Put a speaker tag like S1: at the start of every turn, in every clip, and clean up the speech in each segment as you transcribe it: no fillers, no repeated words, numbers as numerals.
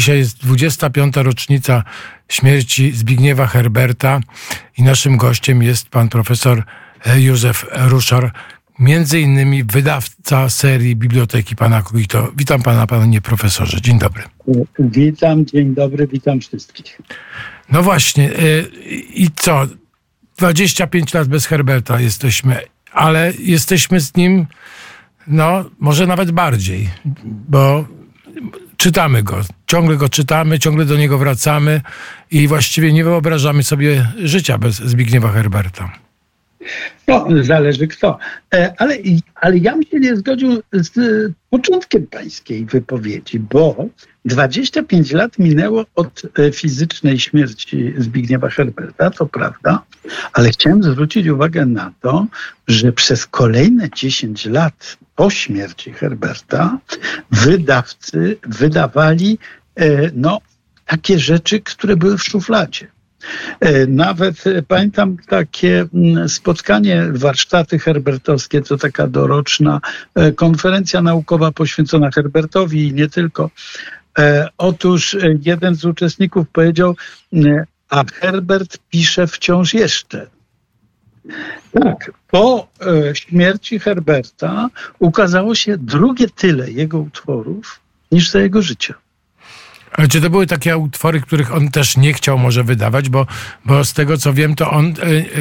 S1: Dzisiaj jest 25. rocznica śmierci Zbigniewa Herberta i naszym gościem jest pan profesor Józef Ruszar, między innymi wydawca serii Biblioteki Pana Kogito. Witam pana, panie profesorze. Dzień dobry.
S2: Witam, dzień dobry, witam wszystkich.
S1: No właśnie, i co? 25 lat bez Herberta jesteśmy, ale jesteśmy z nim, no może nawet bardziej, bo czytamy go czytamy, ciągle do niego wracamy i właściwie nie wyobrażamy sobie życia bez Zbigniewa Herberta.
S2: No, zależy kto. Ale ja bym się nie zgodził z początkiem pańskiej wypowiedzi, bo 25 lat minęło od fizycznej śmierci Zbigniewa Herberta, to prawda, ale chciałem zwrócić uwagę na to, że przez kolejne 10 lat po śmierci Herberta wydawcy wydawali takie rzeczy, które były w szufladzie. Nawet pamiętam takie spotkanie, warsztaty herbertowskie, to taka doroczna konferencja naukowa poświęcona Herbertowi i nie tylko. Otóż jeden z uczestników powiedział, a Herbert pisze wciąż jeszcze. Tak, po śmierci Herberta ukazało się drugie tyle jego utworów niż za jego życia.
S1: Ale czy to były takie utwory, których on też nie chciał może wydawać, bo z tego co wiem, to on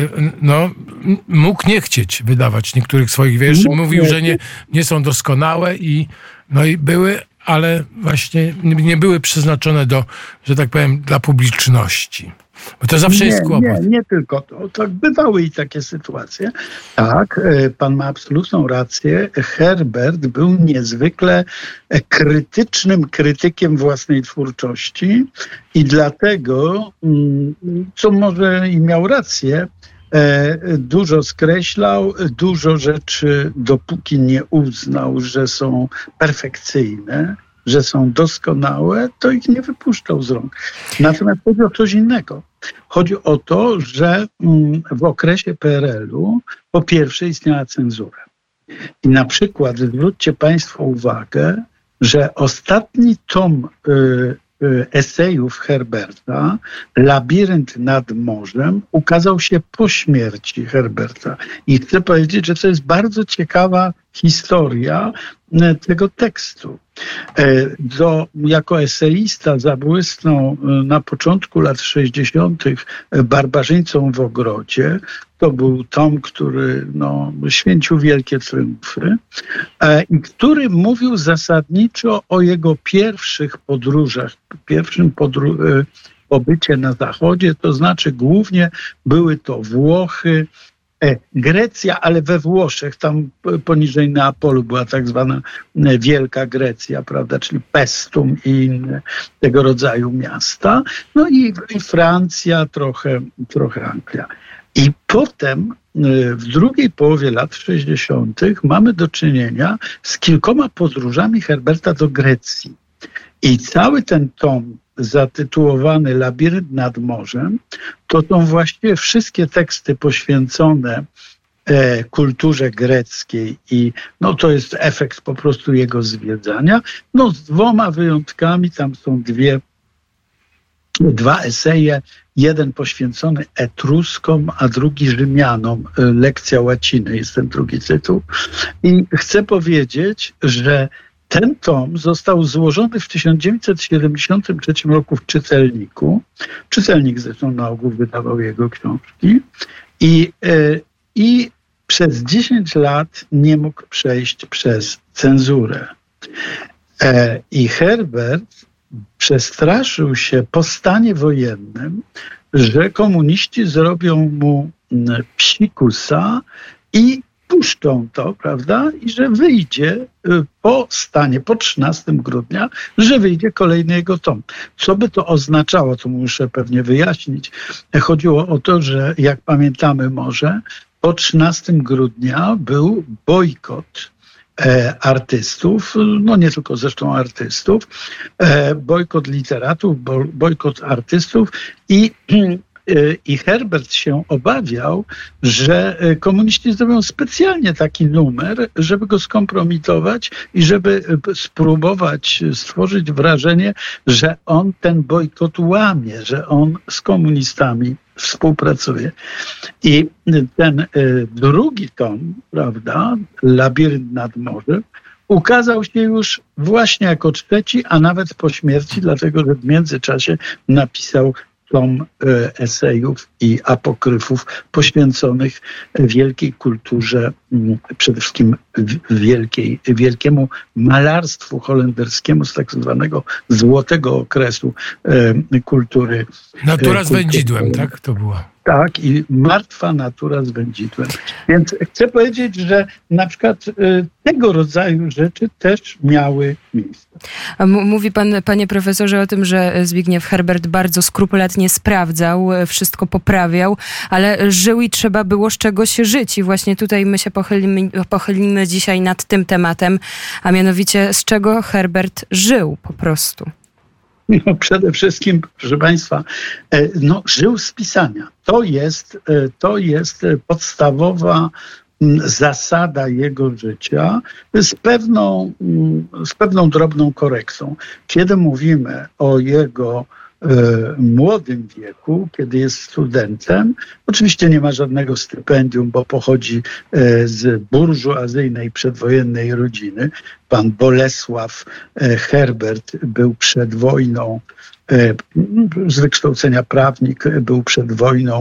S1: mógł nie chcieć wydawać niektórych swoich wierszy. Mówił, że nie są doskonałe i były, ale właśnie nie były przeznaczone do, że tak powiem, dla publiczności. Bo to zawsze jest kłopot.
S2: Nie tylko to. Tak bywały i takie sytuacje. Tak, pan ma absolutną rację. Herbert był niezwykle krytycznym krytykiem własnej twórczości i dlatego, co może i miał rację, dużo skreślał, dużo rzeczy, dopóki nie uznał, że są perfekcyjne, że są doskonałe, to ich nie wypuszczał z rąk. Natomiast chodzi o coś innego. Chodzi o to, że w okresie PRL-u po pierwsze istniała cenzura. I na przykład zwróćcie państwo uwagę, że ostatni tom esejów Herberta, Labirynt nad morzem, ukazał się po śmierci Herberta. I chcę powiedzieć, że to jest bardzo ciekawa historia tego tekstu. Jako eseista zabłysnął na początku lat 60. Barbarzyńcą w ogrodzie. To był tom, który święcił wielkie triumfy i który mówił zasadniczo o jego pierwszych podróżach, pierwszym pobycie na zachodzie, to znaczy głównie były to Włochy, Grecja, ale we Włoszech, tam poniżej Neapolu była tak zwana Wielka Grecja, prawda, czyli Pestum i inne tego rodzaju miasta. No i Francja, trochę Anglia. I potem w drugiej połowie lat 60. mamy do czynienia z kilkoma podróżami Herberta do Grecji. I cały ten tom zatytułowany Labirynt nad morzem, to są właściwie wszystkie teksty poświęcone kulturze greckiej i to jest efekt po prostu jego zwiedzania. Z dwoma wyjątkami, tam są dwa eseje, jeden poświęcony Etruskom, a drugi Rzymianom. Lekcja łaciny jest ten drugi tytuł. I chcę powiedzieć, że ten tom został złożony w 1973 roku w Czytelniku. Czytelnik zresztą na ogół wydawał jego książki. I przez 10 lat nie mógł przejść przez cenzurę. I Herbert przestraszył się po stanie wojennym, że komuniści zrobią mu psikusa i puszczą to, prawda? I że wyjdzie po 13 grudnia, że wyjdzie kolejny jego tom. Co by to oznaczało, to muszę pewnie wyjaśnić. Chodziło o to, że jak pamiętamy może, po 13 grudnia był bojkot artystów, nie tylko zresztą artystów, bojkot literatów, bojkot artystów i I Herbert się obawiał, że komuniści zrobią specjalnie taki numer, żeby go skompromitować i żeby spróbować stworzyć wrażenie, że on ten bojkot łamie, że on z komunistami współpracuje. I ten drugi tom, prawda, Labirynt nad morzem, ukazał się już właśnie jako trzeci, a nawet po śmierci, dlatego że w międzyczasie napisał tom esejów i apokryfów poświęconych wielkiej kulturze, przede wszystkim wielkiemu malarstwu holenderskiemu z tak zwanego złotego okresu kultury.
S1: Natura z wędzidłem, tak? To było.
S2: Tak, i martwa natura z wędzidłem. Więc chcę powiedzieć, że na przykład tego rodzaju rzeczy też miały miejsce.
S3: Mówi pan, panie profesorze, o tym, że Zbigniew Herbert bardzo skrupulatnie sprawdzał, wszystko poprawiał, ale żył i trzeba było z czegoś żyć. I właśnie tutaj my się pochylimy dzisiaj nad tym tematem, a mianowicie z czego Herbert żył po prostu.
S2: No, przede wszystkim, proszę państwa, żył z pisania. To jest podstawowa zasada jego życia z pewną drobną korektą. Kiedy mówimy o jego młodym wieku, kiedy jest studentem, oczywiście nie ma żadnego stypendium, bo pochodzi z burżuazyjnej przedwojennej rodziny. Pan Bolesław Herbert był przed wojną, z wykształcenia prawnik, był przed wojną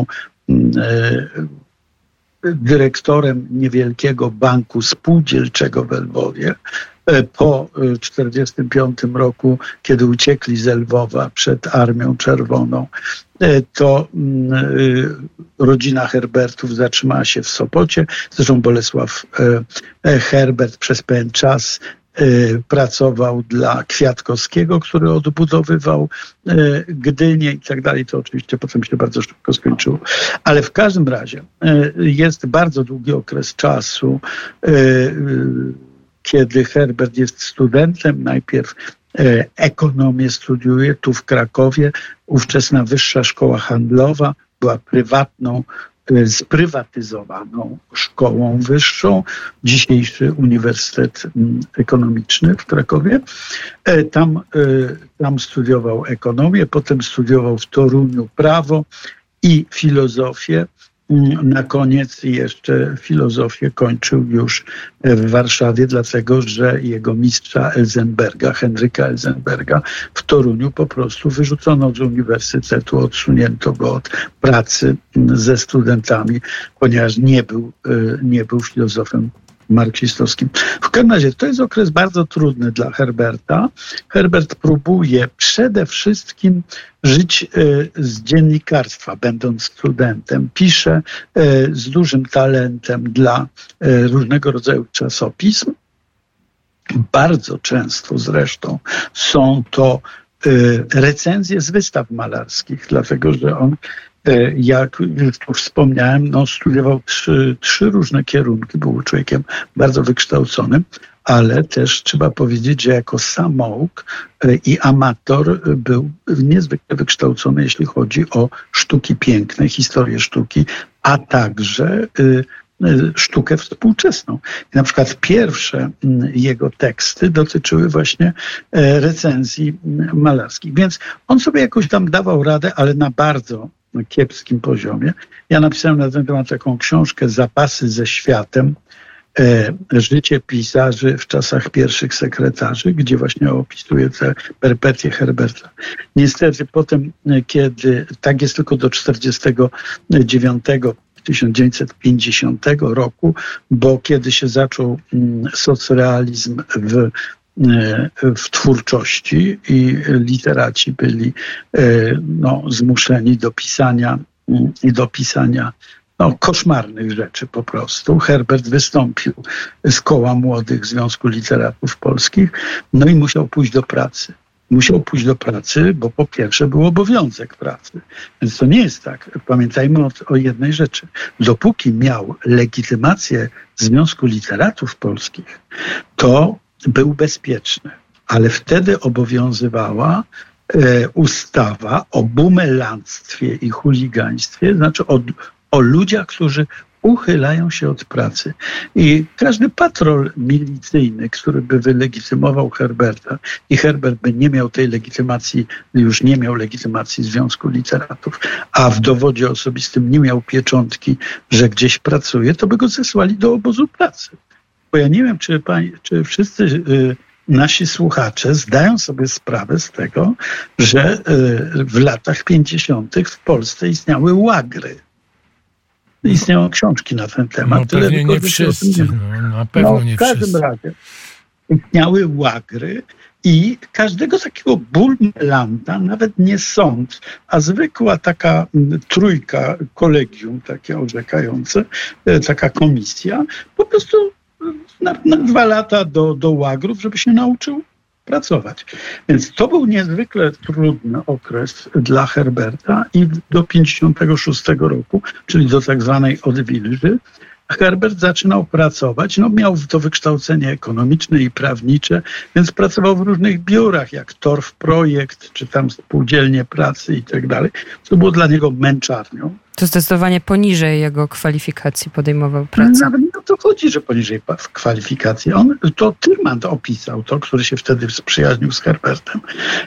S2: dyrektorem niewielkiego banku spółdzielczego w Lwowie. Po 1945 roku, kiedy uciekli z Lwowa przed Armią Czerwoną, to rodzina Herbertów zatrzymała się w Sopocie. Zresztą Bolesław Herbert przez pewien czas pracował dla Kwiatkowskiego, który odbudowywał Gdynię i tak dalej. To oczywiście potem się bardzo szybko skończyło. Ale w każdym razie jest bardzo długi okres czasu, kiedy Herbert jest studentem. Najpierw ekonomię studiuje tu w Krakowie. Ówczesna Wyższa Szkoła Handlowa była prywatną, sprywatyzowaną szkołą wyższą, dzisiejszy Uniwersytet Ekonomiczny w Krakowie. Tam studiował ekonomię, potem studiował w Toruniu prawo i filozofię. Na koniec jeszcze filozofię kończył już w Warszawie, dlatego że jego mistrza Elzenberga, Henryka Elzenberga, w Toruniu po prostu wyrzucono z uniwersytetu, odsunięto go od pracy ze studentami, ponieważ nie był filozofem marksistowskim. W każdym razie to jest okres bardzo trudny dla Herberta. Herbert próbuje przede wszystkim żyć z dziennikarstwa, będąc studentem. Pisze z dużym talentem dla różnego rodzaju czasopism. Bardzo często zresztą są to recenzje z wystaw malarskich, dlatego że on, jak już tu wspomniałem, studiował trzy różne kierunki, był człowiekiem bardzo wykształconym, ale też trzeba powiedzieć, że jako samouk i amator był niezwykle wykształcony, jeśli chodzi o sztuki piękne, historię sztuki, a także sztukę współczesną. I na przykład pierwsze jego teksty dotyczyły właśnie recenzji malarskich. Więc on sobie jakoś tam dawał radę, ale na bardzo kiepskim poziomie. Ja napisałem na ten temat taką książkę Zapasy ze światem, życie pisarzy w czasach pierwszych sekretarzy, gdzie właśnie opisuję te perypetie Herberta. Niestety potem, kiedy tak jest tylko do 1950 roku, bo kiedy się zaczął socrealizm w twórczości i literaci byli zmuszeni do pisania koszmarnych rzeczy po prostu. Herbert wystąpił z koła młodych Związku Literatów Polskich, i musiał pójść do pracy. Musiał pójść do pracy, bo po pierwsze był obowiązek pracy. Więc to nie jest tak. Pamiętajmy o jednej rzeczy. Dopóki miał legitymację Związku Literatów Polskich, to był bezpieczny. Ale wtedy obowiązywała ustawa o bumelanstwie i chuligaństwie, znaczy o ludziach, którzy uchylają się od pracy. I każdy patrol milicyjny, który by wylegitymował Herberta i Herbert by nie miał tej legitymacji, już nie miał legitymacji Związku Literatów, a w dowodzie osobistym nie miał pieczątki, że gdzieś pracuje, to by go zesłali do obozu pracy. Bo ja nie wiem, czy wszyscy nasi słuchacze zdają sobie sprawę z tego, że w latach 50. w Polsce istniały łagry. Istnieją książki na ten temat.
S1: No pewnie nie wszyscy. Na pewno nie wszyscy. W każdym razie
S2: istniały łagry i każdego takiego bulmelanta, nawet nie sąd, a zwykła taka trójka, kolegium takie orzekające, taka komisja, po prostu na 2 lata do łagrów, żeby się nauczył pracować. Więc to był niezwykle trudny okres dla Herberta i do 56 roku, czyli do tak zwanej odwilży, Herbert zaczynał pracować. No, miał to wykształcenie ekonomiczne i prawnicze, więc pracował w różnych biurach, jak Torf Projekt, czy tam spółdzielnie pracy i tak dalej. To było dla niego męczarnią.
S3: To zdecydowanie poniżej jego kwalifikacji podejmował pracę.
S2: Nawet nie o to chodzi, że poniżej kwalifikacji. To Tyrmand opisał to, który się wtedy przyjaźnił z Herbertem.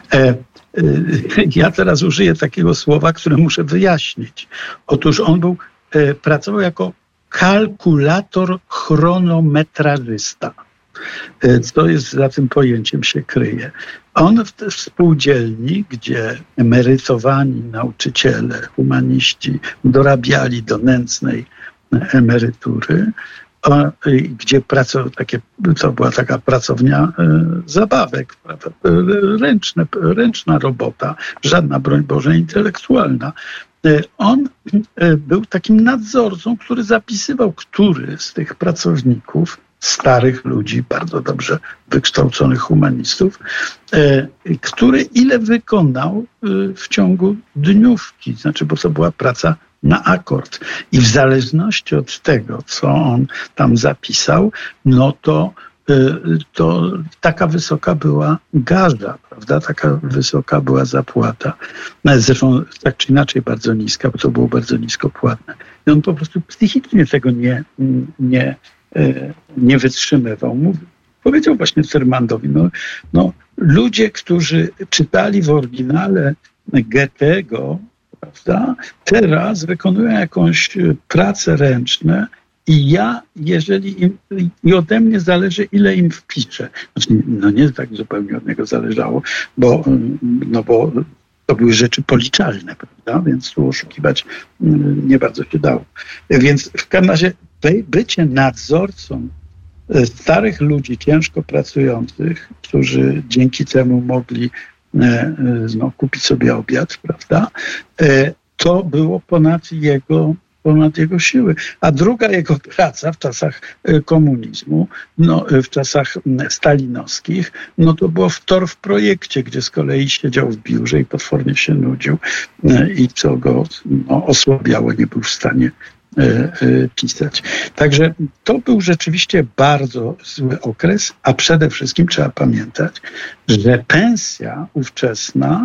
S2: Ja teraz użyję takiego słowa, które muszę wyjaśnić. Otóż on pracował jako kalkulator chronometrażysta. Co jest za tym pojęciem się kryje? On w spółdzielni, gdzie emerytowani nauczyciele, humaniści dorabiali do nędznej emerytury, gdzie to była taka pracownia zabawek, ręczna robota, żadna, broń Boże, intelektualna. On był takim nadzorcą, który zapisywał, który z tych pracowników, starych ludzi, bardzo dobrze wykształconych humanistów, który ile wykonał w ciągu dniówki, znaczy, bo to była praca na akord. I w zależności od tego, co on tam zapisał, no to taka wysoka była garza, prawda? Taka wysoka była zapłata. Zresztą tak czy inaczej bardzo niska, bo to było bardzo nisko płatne. I on po prostu psychicznie tego nie wytrzymywał. Powiedział właśnie Tyrmandowi, no ludzie, którzy czytali w oryginale Goethego, prawda, teraz wykonują jakąś pracę ręczne i i ode mnie zależy, ile im wpiszę. Znaczy, nie tak zupełnie od niego zależało, bo to były rzeczy policzalne, prawda, więc tu oszukiwać nie bardzo się dało. Więc w każdym razie bycie nadzorcą starych ludzi ciężko pracujących, którzy dzięki temu mogli kupić sobie obiad, prawda? To było ponad jego siły. A druga jego praca w czasach komunizmu, w czasach stalinowskich, to było w Torf Projekcie, gdzie z kolei siedział w biurze i potwornie się nudził i co go osłabiało, nie był w stanie pisać. Także to był rzeczywiście bardzo zły okres, a przede wszystkim trzeba pamiętać, że pensja ówczesna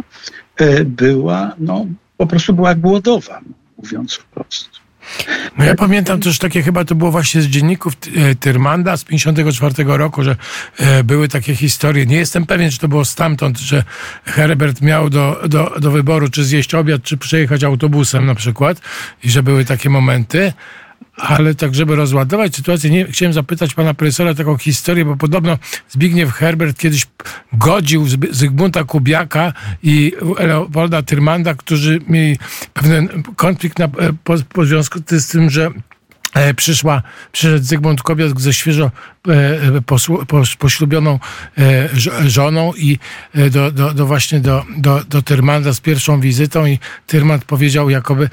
S2: po prostu była głodowa, mówiąc wprost.
S1: No ja pamiętam też takie, chyba to było właśnie z dzienników Tyrmanda z 1954 roku, że były takie historie. Nie jestem pewien, czy to było stamtąd, że Herbert miał do wyboru, czy zjeść obiad, czy przejechać autobusem na przykład i że były takie momenty. Ale tak, żeby rozładować sytuację, chciałem zapytać pana profesora taką historię, bo podobno Zbigniew Herbert kiedyś godził Zygmunta Kubiaka i Leopolda Tyrmanda, którzy mieli pewien konflikt po związku z tym, że przyszedł Zygmunt Kubiak ze świeżo poślubioną żoną i właśnie do Tyrmanda z pierwszą wizytą i Tyrmand powiedział, jakoby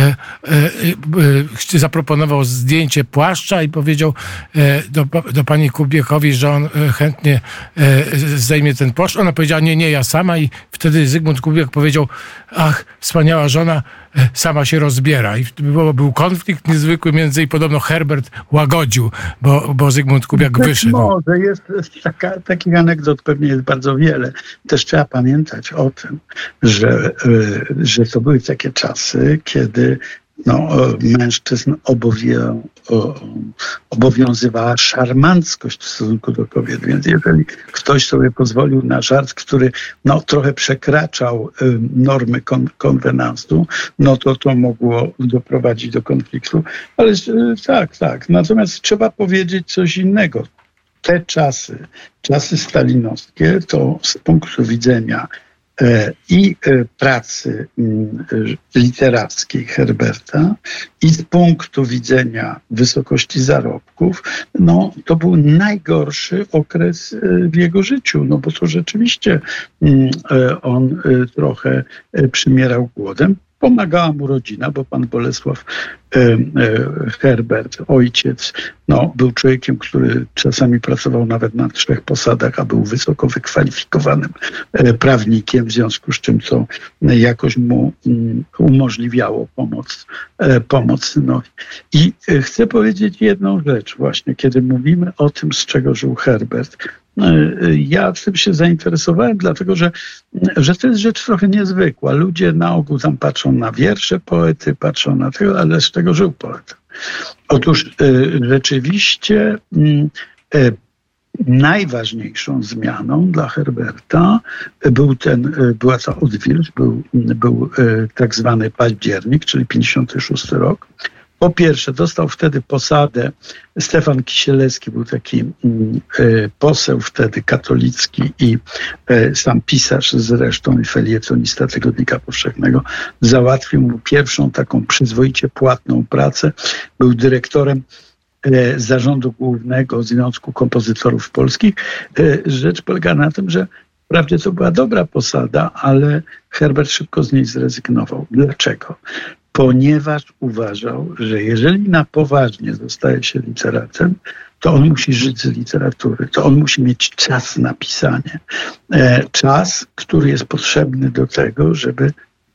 S1: zaproponował zdjęcie płaszcza i powiedział do pani Kubiakowi, że on chętnie zdejmie ten płaszcz. Ona powiedziała, nie, ja sama, i wtedy Zygmunt Kubiak powiedział, ach, wspaniała żona sama się rozbiera. I był konflikt niezwykły między podobno Herbert łagodził, bo Zygmunt Kubiak wyszedł.
S2: Może jest takich anegdot pewnie jest bardzo wiele. Też trzeba pamiętać o tym, że to były takie czasy, kiedy mężczyzn obowiązywała szarmanckość w stosunku do kobiet. Więc jeżeli ktoś sobie pozwolił na żart, który trochę przekraczał normy konwenansu, to mogło doprowadzić do konfliktu. Ale tak. Natomiast trzeba powiedzieć coś innego. Te czasy stalinowskie, to z punktu widzenia i pracy literackiej Herberta i z punktu widzenia wysokości zarobków, to był najgorszy okres w jego życiu, bo to rzeczywiście on trochę przymierał głodem. Pomagała mu rodzina, bo pan Bolesław Herbert, ojciec, był człowiekiem, który czasami pracował nawet na 3 posadach, a był wysoko wykwalifikowanym prawnikiem, w związku z czym to jakoś mu umożliwiało pomoc synowi. I chcę powiedzieć jedną rzecz właśnie, kiedy mówimy o tym, z czego żył Herbert. Ja tym się zainteresowałem, dlatego że to jest rzecz trochę niezwykła. Ludzie na ogół tam patrzą na wiersze poety, patrzą na tego, ale z czego żył poeta. Otóż rzeczywiście najważniejszą zmianą dla Herberta była ta odwilż, był tak zwany październik, czyli 56 rok. Po pierwsze, dostał wtedy posadę, Stefan Kisielewski był taki poseł wtedy katolicki i sam pisarz zresztą i felietonista Tygodnika Powszechnego, załatwił mu pierwszą taką przyzwoicie płatną pracę. Był dyrektorem Zarządu Głównego Związku Kompozytorów Polskich. Rzecz polega na tym, że wprawdzie to była dobra posada, ale Herbert szybko z niej zrezygnował. Dlaczego? Ponieważ uważał, że jeżeli na poważnie zostaje się literatem, to on musi żyć z literatury, to on musi mieć czas na pisanie. Czas, który jest potrzebny do tego, żeby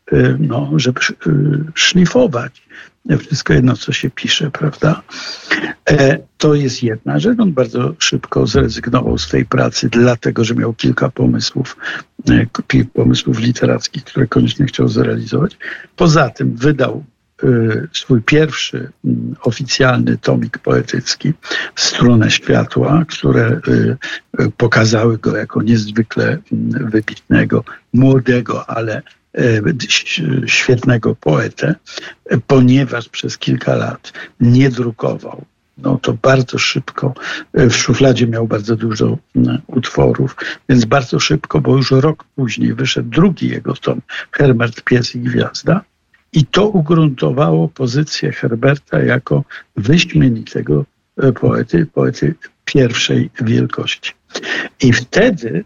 S2: szlifować wszystko jedno, co się pisze, prawda? To jest jedna rzecz. On bardzo szybko zrezygnował z tej pracy, dlatego że miał kilka pomysłów literackich, które koniecznie chciał zrealizować. Poza tym wydał swój pierwszy oficjalny tomik poetycki Strunę światła, które pokazały go jako niezwykle wybitnego, młodego, w świetnego poetę, ponieważ przez kilka lat nie drukował. To bardzo szybko, w szufladzie miał bardzo dużo utworów, więc bardzo szybko, bo już rok później wyszedł drugi jego tom, Herbert, Pies i Gwiazda, i to ugruntowało pozycję Herberta jako wyśmienitego poety pierwszej wielkości. I wtedy,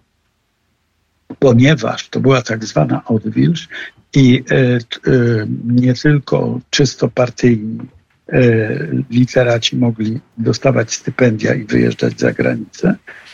S2: ponieważ to była tak zwana odwilż i nie tylko czysto partyjni literaci mogli dostawać stypendia i wyjeżdżać za granicę,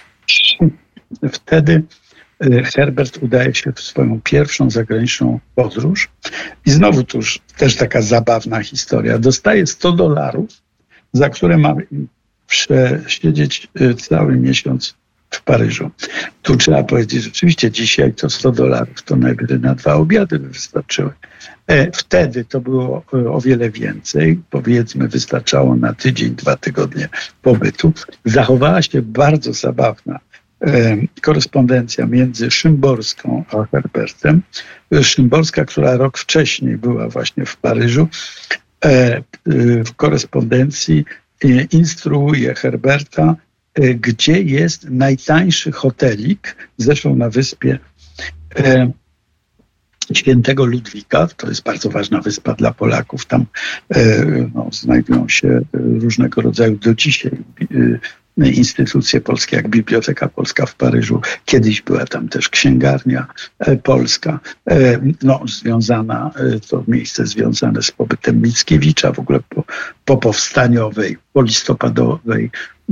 S2: wtedy Herbert udaje się w swoją pierwszą zagraniczną podróż i znowu to już też taka zabawna historia. Dostaje $100, za które ma przesiedzieć cały miesiąc w Paryżu. Tu trzeba powiedzieć, rzeczywiście dzisiaj to $100 to najwyżej na 2 obiady by wystarczyły. Wtedy to było o wiele więcej. Powiedzmy, wystarczało na tydzień, 2 tygodnie pobytu. Zachowała się bardzo zabawna korespondencja między Szymborską a Herbertem. Szymborska, która rok wcześniej była właśnie w Paryżu, w korespondencji instruuje Herberta, gdzie jest najtańszy hotelik, zresztą na wyspie Świętego Ludwika. To jest bardzo ważna wyspa dla Polaków. Tam znajdują się różnego rodzaju do dzisiaj instytucje polskie, jak Biblioteka Polska w Paryżu. Kiedyś była tam też księgarnia polska, związana, to miejsce związane z pobytem Mickiewicza, w ogóle po powstaniowej, po listopadowej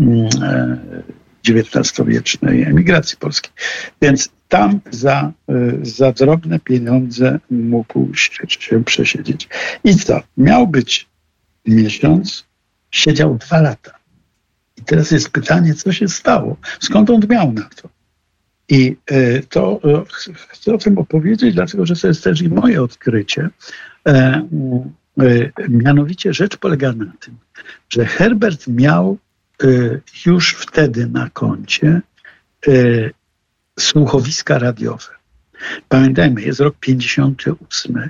S2: XIX-wiecznej emigracji polskiej. Więc tam za drobne pieniądze mógł się przesiedzieć. I co? Miał być miesiąc, Siedział 2 lata. I teraz jest pytanie, co się stało? Skąd on miał na to? I to chcę o tym opowiedzieć, dlatego że to jest też i moje odkrycie. Mianowicie rzecz polega na tym, że Herbert miał już wtedy na koncie słuchowiska radiowe. Pamiętajmy, jest rok 58,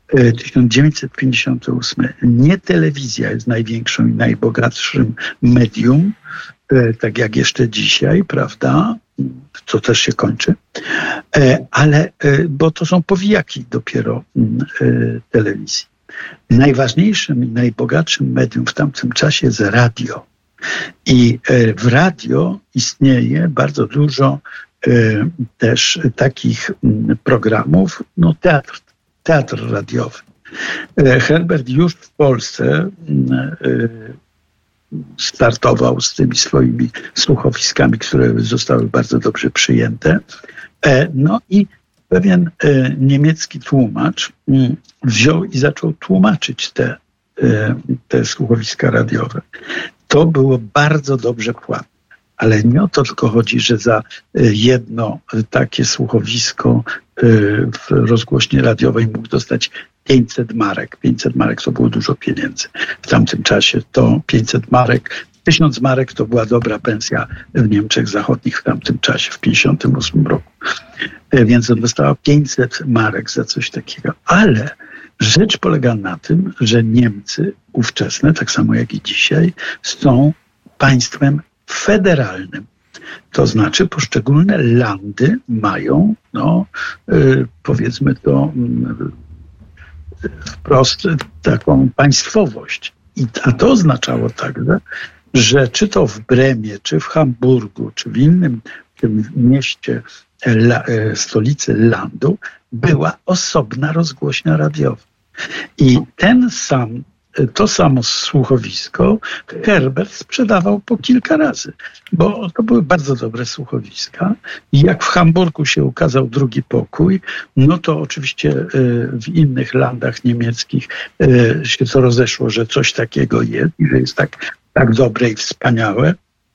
S2: 1958. Nie telewizja jest największą i najbogatszym medium, tak jak jeszcze dzisiaj, prawda? Co też się kończy. Ale, bo to są powijaki dopiero telewizji. Najważniejszym i najbogatszym medium w tamtym czasie jest radio. I w radio istnieje bardzo dużo też takich programów, no teatr radiowy. Herbert już w Polsce startował z tymi swoimi słuchowiskami, które zostały bardzo dobrze przyjęte. No i pewien niemiecki tłumacz wziął i zaczął tłumaczyć te słuchowiska radiowe. To było bardzo dobrze płatne. Ale nie o to tylko chodzi, że za jedno takie słuchowisko w rozgłośni radiowej mógł dostać 500 marek. 500 marek to było dużo pieniędzy. W tamtym czasie to 500 marek, 1000 marek to była dobra pensja w Niemczech Zachodnich w tamtym czasie, w 1958 roku. Więc on dostał 500 marek za coś takiego. Ale rzecz polega na tym, że Niemcy ówczesne, tak samo jak i dzisiaj, są państwem federalnym. To znaczy poszczególne landy mają, powiedzmy to wprost, taką państwowość. A to oznaczało także, że czy to w Bremie, czy w Hamburgu, czy w innym tym mieście, stolicy landu, była osobna rozgłośnia radiowa. I to samo słuchowisko Herbert sprzedawał po kilka razy, bo to były bardzo dobre słuchowiska. I jak w Hamburgu się ukazał drugi pokój, no to oczywiście w innych landach niemieckich się to rozeszło, że coś takiego jest i że jest tak dobre i wspaniałe.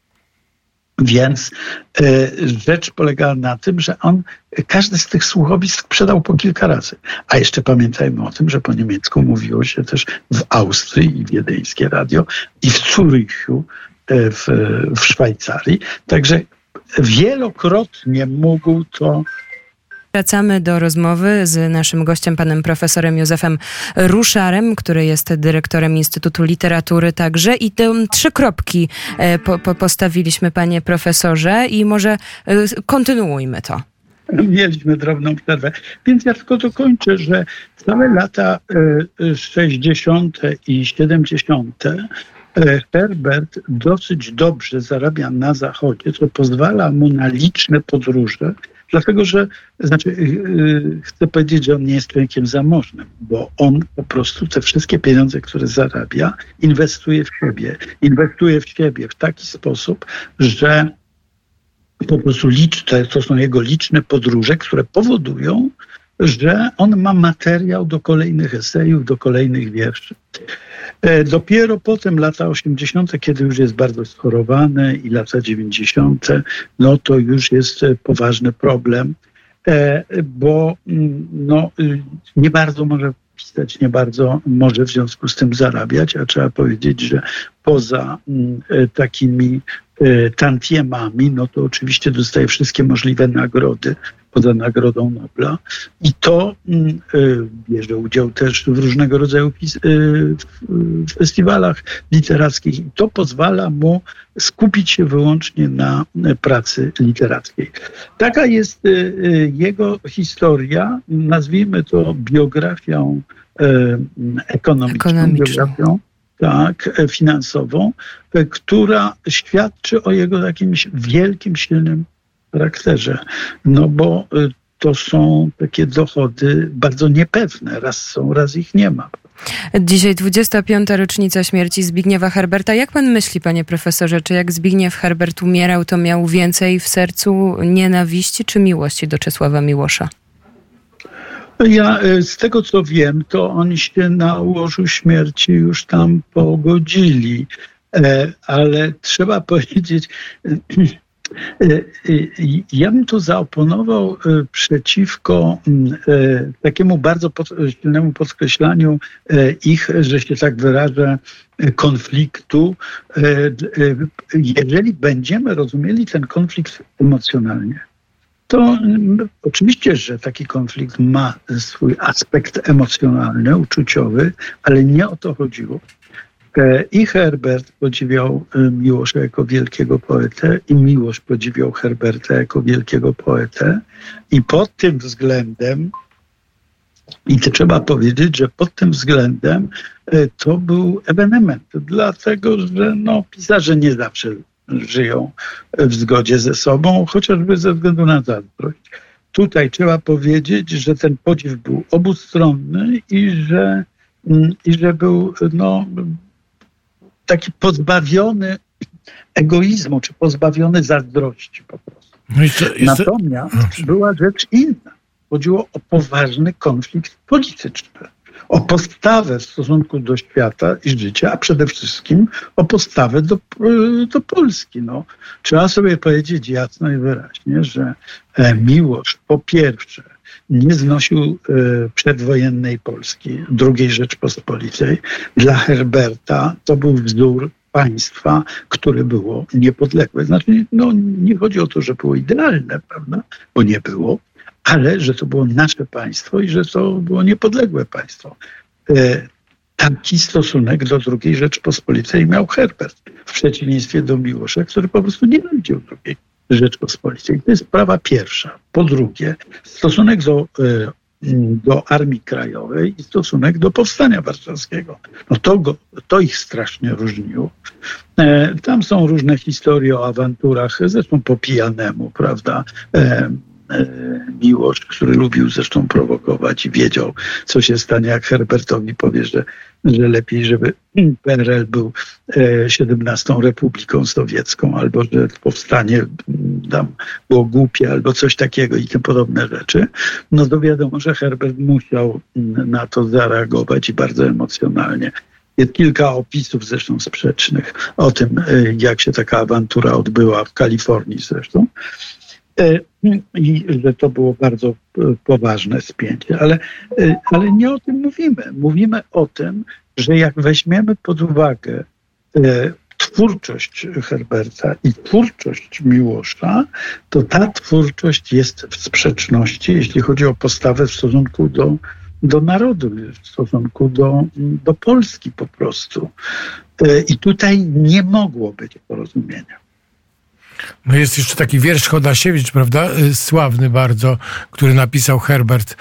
S2: Więc rzecz polegała na tym, że on każdy z tych słuchowisk sprzedał po kilka razy. A jeszcze pamiętajmy o tym, że po niemiecku mówiło się też w Austrii i wiedeńskie radio i w Zurychu w Szwajcarii. Także wielokrotnie mógł to...
S3: Wracamy do rozmowy z naszym gościem, panem profesorem Józefem Ruszarem, który jest dyrektorem Instytutu Literatury także. I te 3 kropki postawiliśmy, panie profesorze, i może kontynuujmy to.
S2: Mieliśmy drobną przerwę. Więc ja tylko dokończę, że całe lata 60. i 70. Herbert dosyć dobrze zarabia na Zachodzie, co pozwala mu na liczne podróże, dlatego że, chcę powiedzieć, że on nie jest człowiekiem zamożnym, bo on po prostu te wszystkie pieniądze, które zarabia, inwestuje w siebie. Inwestuje w siebie w taki sposób, że po prostu to są jego liczne podróże, które powodują, że on ma materiał do kolejnych esejów, do kolejnych wierszy. Dopiero potem lata 80., kiedy już jest bardzo schorowany, i lata 90., no to już jest poważny problem, bo nie bardzo może pisać, nie bardzo może w związku z tym zarabiać, a trzeba powiedzieć, że poza takimi tantiemami, no to oczywiście dostaje wszystkie możliwe nagrody, poza Nagrodą Nobla. I to bierze udział też w różnego rodzaju festiwalach literackich. I to pozwala mu skupić się wyłącznie na pracy literackiej. Taka jest jego historia, nazwijmy to biografią ekonomiczną. Biografią, finansową, która świadczy o jego jakimś wielkim, silnym charakterze. No bo to są takie dochody bardzo niepewne. Raz są, raz ich nie ma.
S3: Dzisiaj 25. rocznica śmierci Zbigniewa Herberta. Jak pan myśli, panie profesorze, czy jak Zbigniew Herbert umierał, to miał więcej w sercu nienawiści czy miłości do Czesława Miłosza?
S2: Ja z tego, co wiem, to oni się na łożu śmierci już tam pogodzili. Ale trzeba powiedzieć, ja bym tu zaoponował przeciwko takiemu bardzo silnemu podkreślaniu ich, że się tak wyrażę, konfliktu. Jeżeli będziemy rozumieli ten konflikt emocjonalnie, to oczywiście, że taki konflikt ma swój aspekt emocjonalny, uczuciowy, ale nie o to chodziło. I Herbert podziwiał Miłosza jako wielkiego poetę i Miłosz podziwiał Herberta jako wielkiego poetę. I pod tym względem, i to trzeba powiedzieć, że pod tym względem to był ewenement, dlatego że pisarze nie zawsze żyją w zgodzie ze sobą, chociażby ze względu na zazdrość. Tutaj trzeba powiedzieć, że ten podziw był obustronny i że był taki pozbawiony egoizmu, czy pozbawiony zazdrości po prostu. Natomiast była rzecz inna. Chodziło o poważny konflikt polityczny, o postawę w stosunku do świata i życia, a przede wszystkim o postawę do Polski. Trzeba sobie powiedzieć jasno i wyraźnie, że Miłosz po pierwsze nie znosił przedwojennej Polski, II Rzeczpospolitej. Dla Herberta to był wzór państwa, które było niepodległe. Znaczy, nie chodzi o to, że było idealne, prawda? Bo nie było, ale że to było nasze państwo i że to było niepodległe państwo. Taki stosunek do II Rzeczpospolitej miał Herbert, w przeciwieństwie do Miłosza, który po prostu nienawidził II Rzeczpospolitej. To jest sprawa pierwsza. Po drugie, stosunek do Armii Krajowej i stosunek do Powstania Warszawskiego. To ich strasznie różniło. Tam są różne historie o awanturach, zresztą po pijanemu, prawda? Miłosz, który lubił zresztą prowokować i wiedział, co się stanie, jak Herbertowi powie, że lepiej, żeby PRL był 17. Republiką Sowiecką, albo że powstanie tam było głupie, albo coś takiego i tym podobne rzeczy. To wiadomo, że Herbert musiał na to zareagować i bardzo emocjonalnie. Jest kilka opisów zresztą sprzecznych o tym, jak się taka awantura odbyła w Kalifornii zresztą. I że to było bardzo poważne spięcie. Ale nie o tym mówimy. Mówimy o tym, że jak weźmiemy pod uwagę twórczość Herberta i twórczość Miłosza, to ta twórczość jest w sprzeczności, jeśli chodzi o postawę w stosunku do narodu, w stosunku do Polski po prostu. I tutaj nie mogło być porozumienia.
S1: Jest jeszcze taki wiersz Chodasiewicz, prawda, sławny bardzo, który napisał Herbert,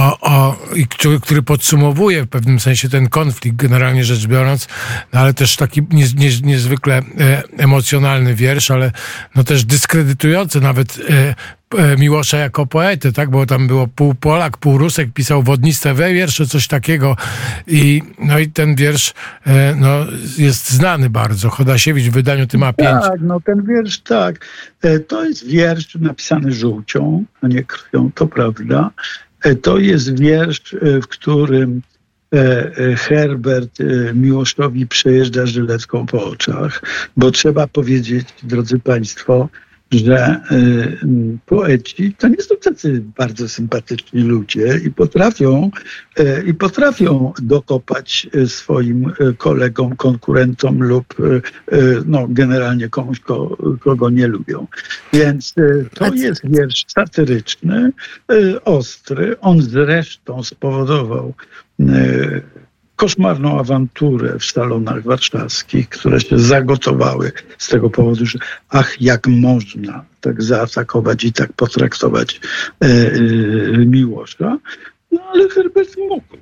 S1: który podsumowuje w pewnym sensie ten konflikt, generalnie rzecz biorąc, ale też taki niezwykle emocjonalny wiersz, ale też dyskredytujący nawet Miłosza jako poetę, tak? Bo tam było pół Polak, pół Rusek, pisał wodniste wiersze, coś takiego. I ten wiersz jest znany bardzo. Chodasiewicz w wydaniu tym A5.
S2: Tak, ten wiersz, tak. To jest wiersz napisany żółcią, a nie krwią, to prawda. To jest wiersz, w którym Herbert Miłoszowi przejeżdża żyletką po oczach, bo trzeba powiedzieć, drodzy Państwo, że poeci to nie są tacy bardzo sympatyczni ludzie i potrafią dokopać swoim kolegom, konkurentom lub generalnie komuś, kogo nie lubią. Więc to jest wiersz satyryczny, ostry. On zresztą spowodował koszmarną awanturę w salonach warszawskich, które się zagotowały z tego powodu, że jak można tak zaatakować i tak potraktować Miłosza. Ale Herbert mógł.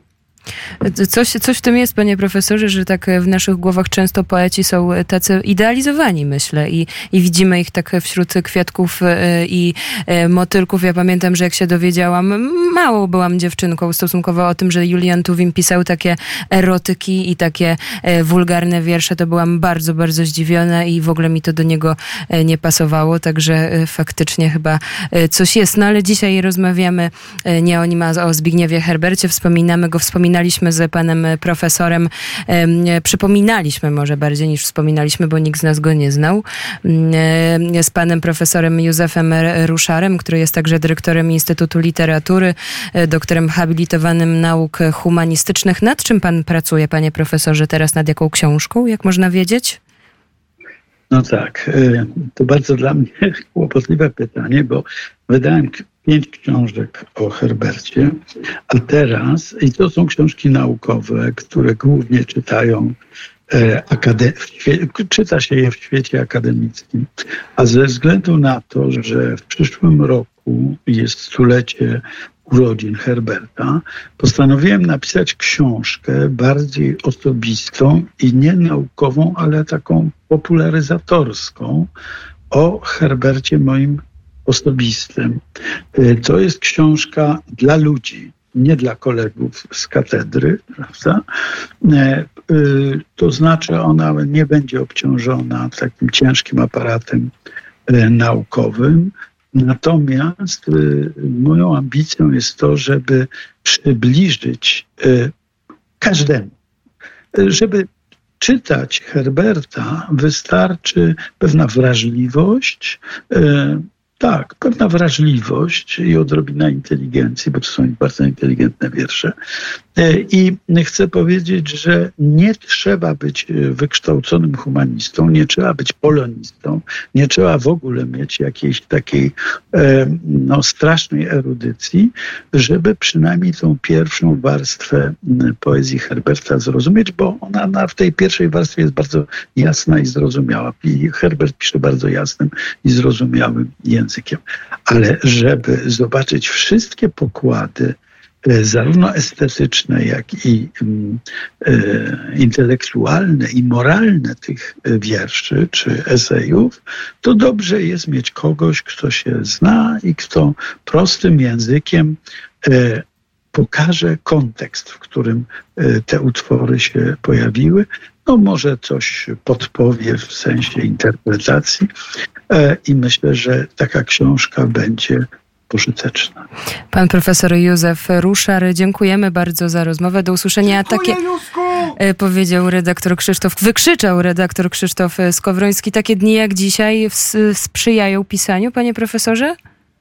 S3: Coś w tym jest, panie profesorze, że tak w naszych głowach często poeci są tacy idealizowani, myślę, i widzimy ich tak wśród kwiatków i motylków. Ja pamiętam, że jak się dowiedziałam, mało byłam dziewczynką stosunkowo o tym, że Julian Tuwim pisał takie erotyki i takie wulgarne wiersze, to byłam bardzo, bardzo zdziwiona i w ogóle mi to do niego nie pasowało, także faktycznie chyba coś jest. Ale dzisiaj rozmawiamy nie o nim, a o Zbigniewie Herbercie. Wspominaliśmy rozmawialiśmy z panem profesorem, przypominaliśmy może bardziej niż wspominaliśmy, bo nikt z nas go nie znał, z panem profesorem Józefem Ruszarem, który jest także dyrektorem Instytutu Literatury, doktorem habilitowanym nauk humanistycznych. Nad czym pan pracuje, panie profesorze, teraz? Nad jaką książką, jak można wiedzieć?
S2: No tak, to bardzo dla mnie kłopotliwe pytanie, bo wydałem 5 książek o Herbercie, a teraz, i to są książki naukowe, które głównie czytają czyta się je w świecie akademickim, a ze względu na to, że w przyszłym roku jest 100-lecie urodzin Herberta, postanowiłem napisać książkę bardziej osobistą i nie naukową, ale taką popularyzatorską o Herbercie moim osobistym. To jest książka dla ludzi, nie dla kolegów z katedry, prawda? To znaczy ona nie będzie obciążona takim ciężkim aparatem naukowym. Natomiast moją ambicją jest to, żeby przybliżyć każdemu, żeby czytać Herberta wystarczy pewna wrażliwość, pewna wrażliwość i odrobina inteligencji, bo to są bardzo inteligentne wiersze. I chcę powiedzieć, że nie trzeba być wykształconym humanistą, nie trzeba być polonistą, nie trzeba w ogóle mieć jakiejś takiej strasznej erudycji, żeby przynajmniej tą pierwszą warstwę poezji Herberta zrozumieć, bo ona w tej pierwszej warstwie jest bardzo jasna i zrozumiała. I Herbert pisze bardzo jasnym i zrozumiałym językiem. Ale żeby zobaczyć wszystkie pokłady, zarówno estetyczne, jak i intelektualne i moralne tych wierszy czy esejów, to dobrze jest mieć kogoś, kto się zna i kto prostym językiem pokaże kontekst, w którym te utwory się pojawiły. No może coś podpowie w sensie interpretacji i myślę, że taka książka będzie pożyteczna.
S3: Pan profesor Józef Ruszar, dziękujemy bardzo za rozmowę. Do usłyszenia. Wykrzyczał redaktor Krzysztof Skowroński. Takie dni jak dzisiaj sprzyjają pisaniu, panie profesorze?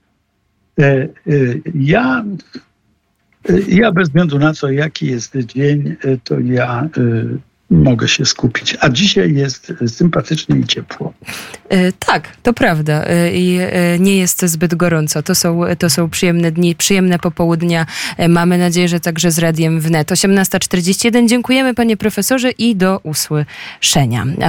S2: Ja bez względu na to, jaki jest dzień, to ja mogę się skupić. A dzisiaj jest sympatycznie i ciepło.
S3: Tak, to prawda. I nie jest zbyt gorąco. To są przyjemne dni, przyjemne popołudnia. Mamy nadzieję, że także z Radiem Wnet. 18:41. Dziękujemy, panie profesorze, i do usłyszenia.